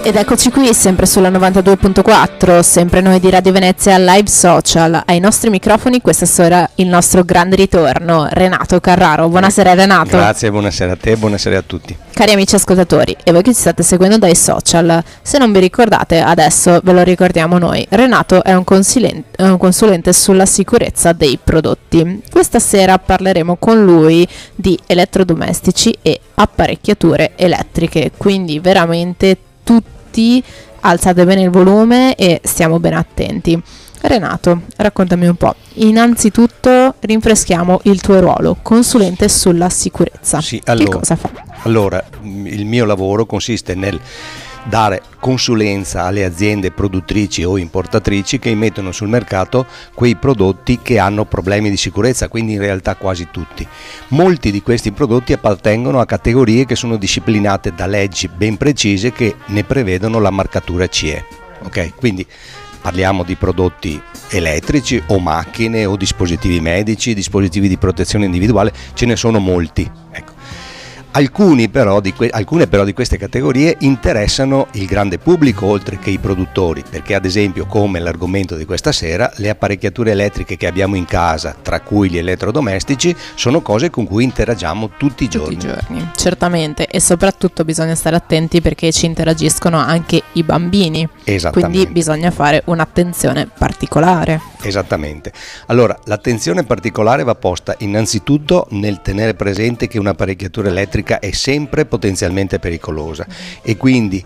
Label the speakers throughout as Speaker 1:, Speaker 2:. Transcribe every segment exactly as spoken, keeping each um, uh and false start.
Speaker 1: Ed eccoci qui, sempre sulla novantadue punto quattro, sempre noi di Radio Venezia Live Social. Ai nostri microfoni questa sera il nostro grande ritorno, Renato Carraro. Buonasera Renato.
Speaker 2: Grazie, buonasera a te, buonasera a tutti.
Speaker 1: Cari amici ascoltatori, e voi che ci state seguendo dai social, se non vi ricordate adesso ve lo ricordiamo noi. Renato è un consulente, è un consulente sulla sicurezza dei prodotti. Questa sera parleremo con lui di elettrodomestici e apparecchiature elettriche, quindi veramente tutti alzate bene il volume e stiamo ben attenti. Renato, raccontami un po'. Innanzitutto rinfreschiamo il tuo ruolo, consulente sulla sicurezza.
Speaker 2: Sì, allora,
Speaker 1: che cosa fa?
Speaker 2: Allora, il mio lavoro consiste nel dare consulenza alle aziende produttrici o importatrici che mettono sul mercato quei prodotti che hanno problemi di sicurezza, quindi in realtà quasi tutti. Molti di questi prodotti appartengono a categorie che sono disciplinate da leggi ben precise che ne prevedono la marcatura C E. Ok? Quindi parliamo di prodotti elettrici o macchine o dispositivi medici, dispositivi di protezione individuale, ce ne sono molti. Ecco. Alcuni però di que- alcune però di queste categorie interessano il grande pubblico oltre che i produttori, perché ad esempio, come l'argomento di questa sera, le apparecchiature elettriche che abbiamo in casa, tra cui gli elettrodomestici, sono cose con cui interagiamo tutti i giorni.
Speaker 1: Tutti i giorni, certamente, e soprattutto bisogna stare attenti perché ci interagiscono anche i bambini, quindi bisogna fare un'attenzione particolare.
Speaker 2: Esattamente. Allora, l'attenzione particolare va posta innanzitutto nel tenere presente che un'apparecchiatura elettrica è sempre potenzialmente pericolosa e quindi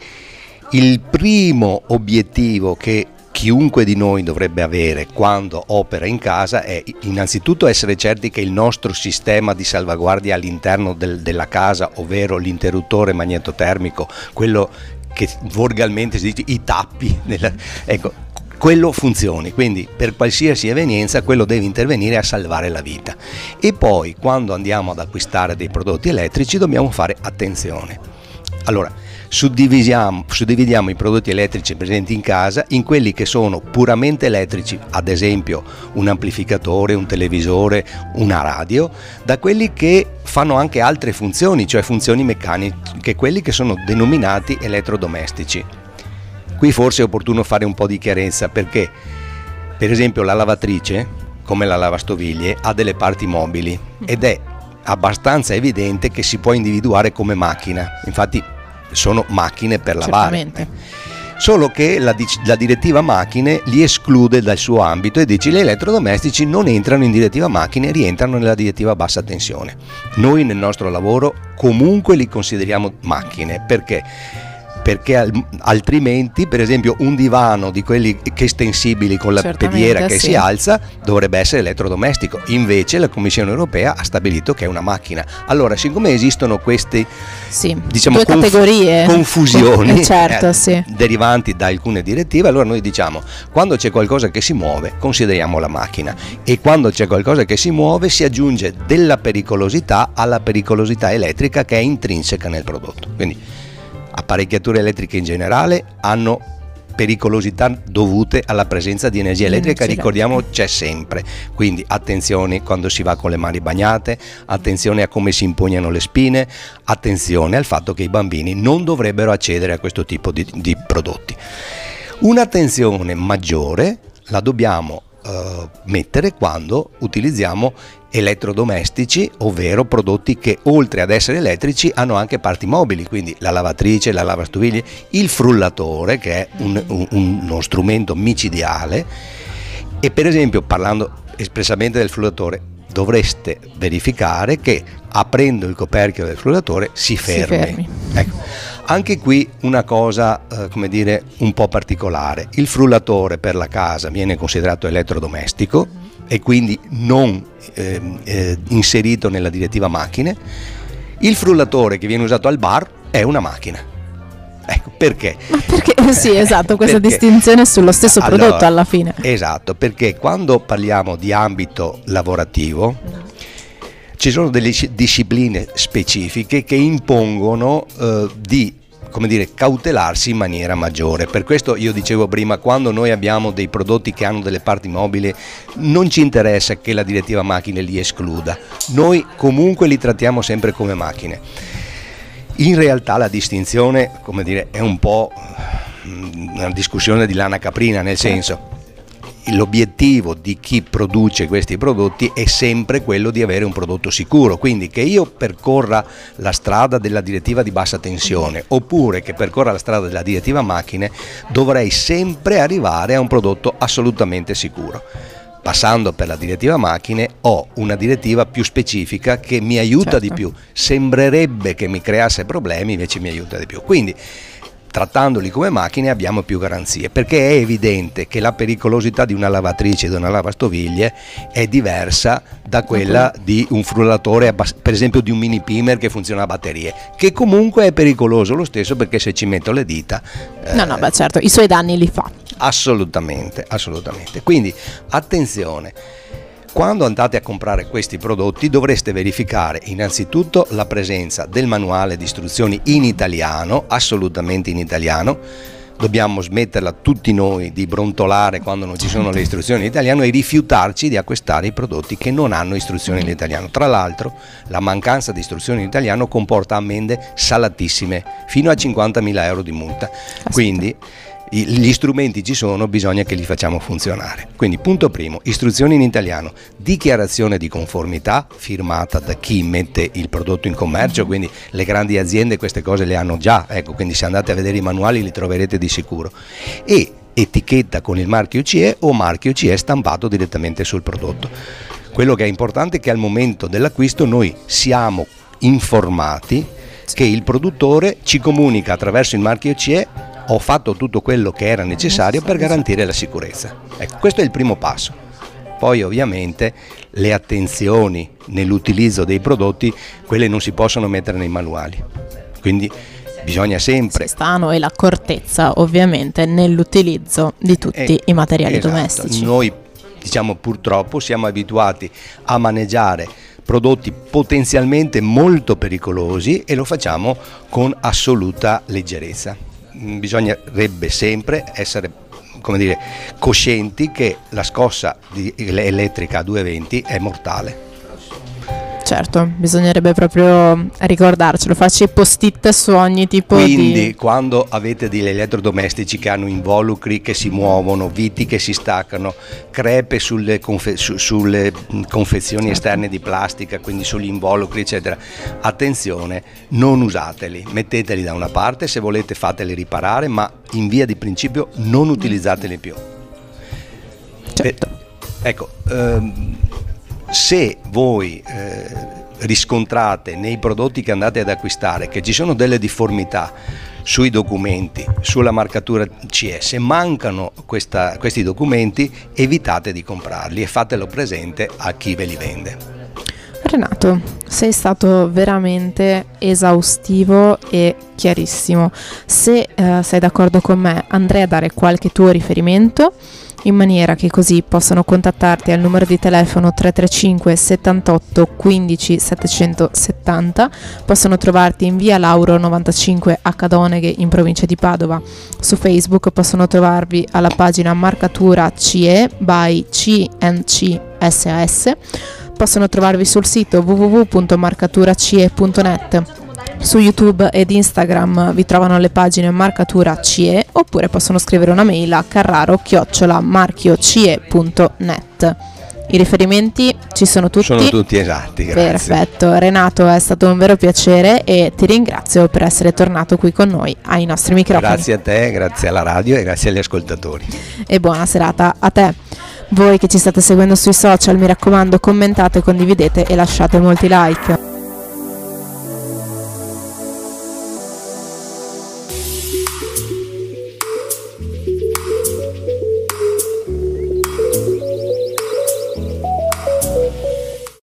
Speaker 2: il primo obiettivo che chiunque di noi dovrebbe avere quando opera in casa è innanzitutto essere certi che il nostro sistema di salvaguardia all'interno del, della casa, ovvero l'interruttore magnetotermico, quello che volgarmente si dice i tappi, nella, ecco, quello funzioni, quindi per qualsiasi evenienza quello deve intervenire a salvare la vita. E poi quando andiamo ad acquistare dei prodotti elettrici dobbiamo fare attenzione. Allora, suddividiamo, suddividiamo i prodotti elettrici presenti in casa in quelli che sono puramente elettrici, ad esempio un amplificatore, un televisore, una radio, da quelli che fanno anche altre funzioni, cioè funzioni meccaniche, quelli che sono denominati elettrodomestici. Qui forse è opportuno fare un po' di chiarezza perché, per esempio, la lavatrice, come la lavastoviglie, ha delle parti mobili ed è abbastanza evidente che si può individuare come macchina, infatti sono macchine per lavare.
Speaker 1: Certamente.
Speaker 2: Solo che la, la direttiva macchine li esclude dal suo ambito e dice gli elettrodomestici non entrano in direttiva macchine, rientrano nella direttiva bassa tensione. Noi nel nostro lavoro comunque li consideriamo macchine, perché? Perché altrimenti, per esempio, un divano di quelli che estensibili con la
Speaker 1: Certamente,
Speaker 2: pediera che
Speaker 1: sì.
Speaker 2: si alza dovrebbe essere elettrodomestico, invece la Commissione europea ha stabilito che è una macchina. Allora, siccome esistono queste
Speaker 1: sì,
Speaker 2: diciamo,
Speaker 1: due
Speaker 2: conf-
Speaker 1: categorie
Speaker 2: confusioni
Speaker 1: eh, certo,
Speaker 2: eh,
Speaker 1: sì.
Speaker 2: derivanti da alcune direttive, allora noi diciamo quando c'è qualcosa che si muove consideriamo la macchina e quando c'è qualcosa che si muove si aggiunge della pericolosità alla pericolosità elettrica che è intrinseca nel prodotto. Quindi apparecchiature elettriche in generale hanno pericolosità dovute alla presenza di energia elettrica, ricordiamo c'è sempre, quindi attenzione quando si va con le mani bagnate, attenzione a come si impugnano le spine, attenzione al fatto che i bambini non dovrebbero accedere a questo tipo di, di prodotti. Un'attenzione maggiore la dobbiamo uh, mettere quando utilizziamo elettrodomestici, ovvero prodotti che oltre ad essere elettrici hanno anche parti mobili, quindi la lavatrice, la lavastoviglie, il frullatore che è un, un, uno strumento micidiale e per esempio parlando espressamente del frullatore dovreste verificare che aprendo il coperchio del frullatore si fermi.
Speaker 1: Si fermi.
Speaker 2: Ecco. Anche qui una cosa eh, come dire un po' particolare, il frullatore per la casa viene considerato elettrodomestico e quindi non eh, eh, inserito nella direttiva macchine. Il frullatore che viene usato al bar è una macchina. Ecco, perché?
Speaker 1: Ma perché? Sì, esatto, questa
Speaker 2: perché?
Speaker 1: distinzione sullo stesso prodotto
Speaker 2: allora,
Speaker 1: alla fine.
Speaker 2: Esatto, perché quando parliamo di ambito lavorativo ci sono delle discipline specifiche che impongono eh, di come dire, cautelarsi in maniera maggiore. Per questo io dicevo prima, quando noi abbiamo dei prodotti che hanno delle parti mobili, non ci interessa che la direttiva macchine li escluda, noi comunque li trattiamo sempre come macchine. In realtà la distinzione, come dire, è un po' una discussione di lana caprina, nel senso, l'obiettivo di chi produce questi prodotti è sempre quello di avere un prodotto sicuro, quindi che io percorra la strada della direttiva di bassa tensione oppure che percorra la strada della direttiva macchine, dovrei sempre arrivare a un prodotto assolutamente sicuro. Passando per la direttiva macchine ho una direttiva più specifica che mi aiuta certo. di più, sembrerebbe che mi creasse problemi, invece mi aiuta di più, quindi trattandoli come macchine abbiamo più garanzie, perché è evidente che la pericolosità di una lavatrice e di una lavastoviglie è diversa da quella di un frullatore, per esempio di un mini pimer che funziona a batterie, che comunque è pericoloso lo stesso, perché se ci metto le dita
Speaker 1: no eh, no beh certo i suoi danni li fa.
Speaker 2: Assolutamente, assolutamente. Quindi attenzione, quando andate a comprare questi prodotti dovreste verificare innanzitutto la presenza del manuale di istruzioni in italiano, assolutamente in italiano. Dobbiamo smetterla tutti noi di brontolare quando non ci sono le istruzioni in italiano e rifiutarci di acquistare i prodotti che non hanno istruzioni in italiano. Tra l'altro la mancanza di istruzioni in italiano comporta ammende salatissime, fino a cinquantamila euro di multa. Quindi gli strumenti ci sono, bisogna che li facciamo funzionare. Quindi punto primo, istruzioni in italiano, dichiarazione di conformità firmata da chi mette il prodotto in commercio, quindi le grandi aziende queste cose le hanno già, ecco, quindi se andate a vedere i manuali li troverete di sicuro, e etichetta con il marchio C E o marchio C E stampato direttamente sul prodotto. Quello che è importante è che al momento dell'acquisto noi siamo informati che il produttore ci comunica attraverso il marchio C E: ho fatto tutto quello che era necessario per garantire la sicurezza. Ecco, questo è il primo passo. Poi ovviamente le attenzioni nell'utilizzo dei prodotti, quelle non si possono mettere nei manuali, quindi bisogna sempre
Speaker 1: stano e l'accortezza ovviamente nell'utilizzo di tutti eh, i materiali
Speaker 2: esatto.
Speaker 1: domestici.
Speaker 2: Noi diciamo purtroppo siamo abituati a maneggiare prodotti potenzialmente molto pericolosi e lo facciamo con assoluta leggerezza. Bisognerebbe sempre essere, come dire, coscienti che la scossa di elettrica a duecentoventi è mortale.
Speaker 1: Certo, bisognerebbe proprio ricordarcelo, farci post-it su ogni tipo
Speaker 2: Quindi,
Speaker 1: di...
Speaker 2: Quindi quando avete degli elettrodomestici che hanno involucri che si muovono, viti che si staccano, crepe sulle, confe- su- sulle confezioni certo. esterne di plastica, quindi sugli involucri eccetera, attenzione, non usateli, metteteli da una parte, se volete fateli riparare, ma in via di principio non utilizzateli più.
Speaker 1: Certo.
Speaker 2: Eh, ecco, ehm, se voi eh, riscontrate nei prodotti che andate ad acquistare che ci sono delle difformità sui documenti, sulla marcatura C E, se mancano questa, questi documenti, evitate di comprarli e fatelo presente a chi ve li vende.
Speaker 1: Renato, sei stato veramente esaustivo e chiarissimo. Se eh, sei d'accordo con me, andrei a dare qualche tuo riferimento, in maniera che così possano contattarti al numero di telefono tre tre cinque settantotto quindici settecentosettanta, possono trovarti in via Lauro novantacinque a Cadoneghe in provincia di Padova. Su Facebook possono trovarvi alla pagina Marcatura C E by C N C S A S, possono trovarvi sul sito w w w punto marcaturace punto net. Su YouTube ed Instagram vi trovano le pagine Marcatura C E, oppure possono scrivere una mail a carraro chiocciola marchioce punto net. I riferimenti ci sono tutti?
Speaker 2: Sono tutti esatti, grazie.
Speaker 1: Perfetto, Renato, è stato un vero piacere e ti ringrazio per essere tornato qui con noi ai nostri microfoni.
Speaker 2: Grazie a te, grazie alla radio e grazie agli ascoltatori.
Speaker 1: E buona serata a te. Voi che ci state seguendo sui social, mi raccomando, commentate, condividete e lasciate molti like.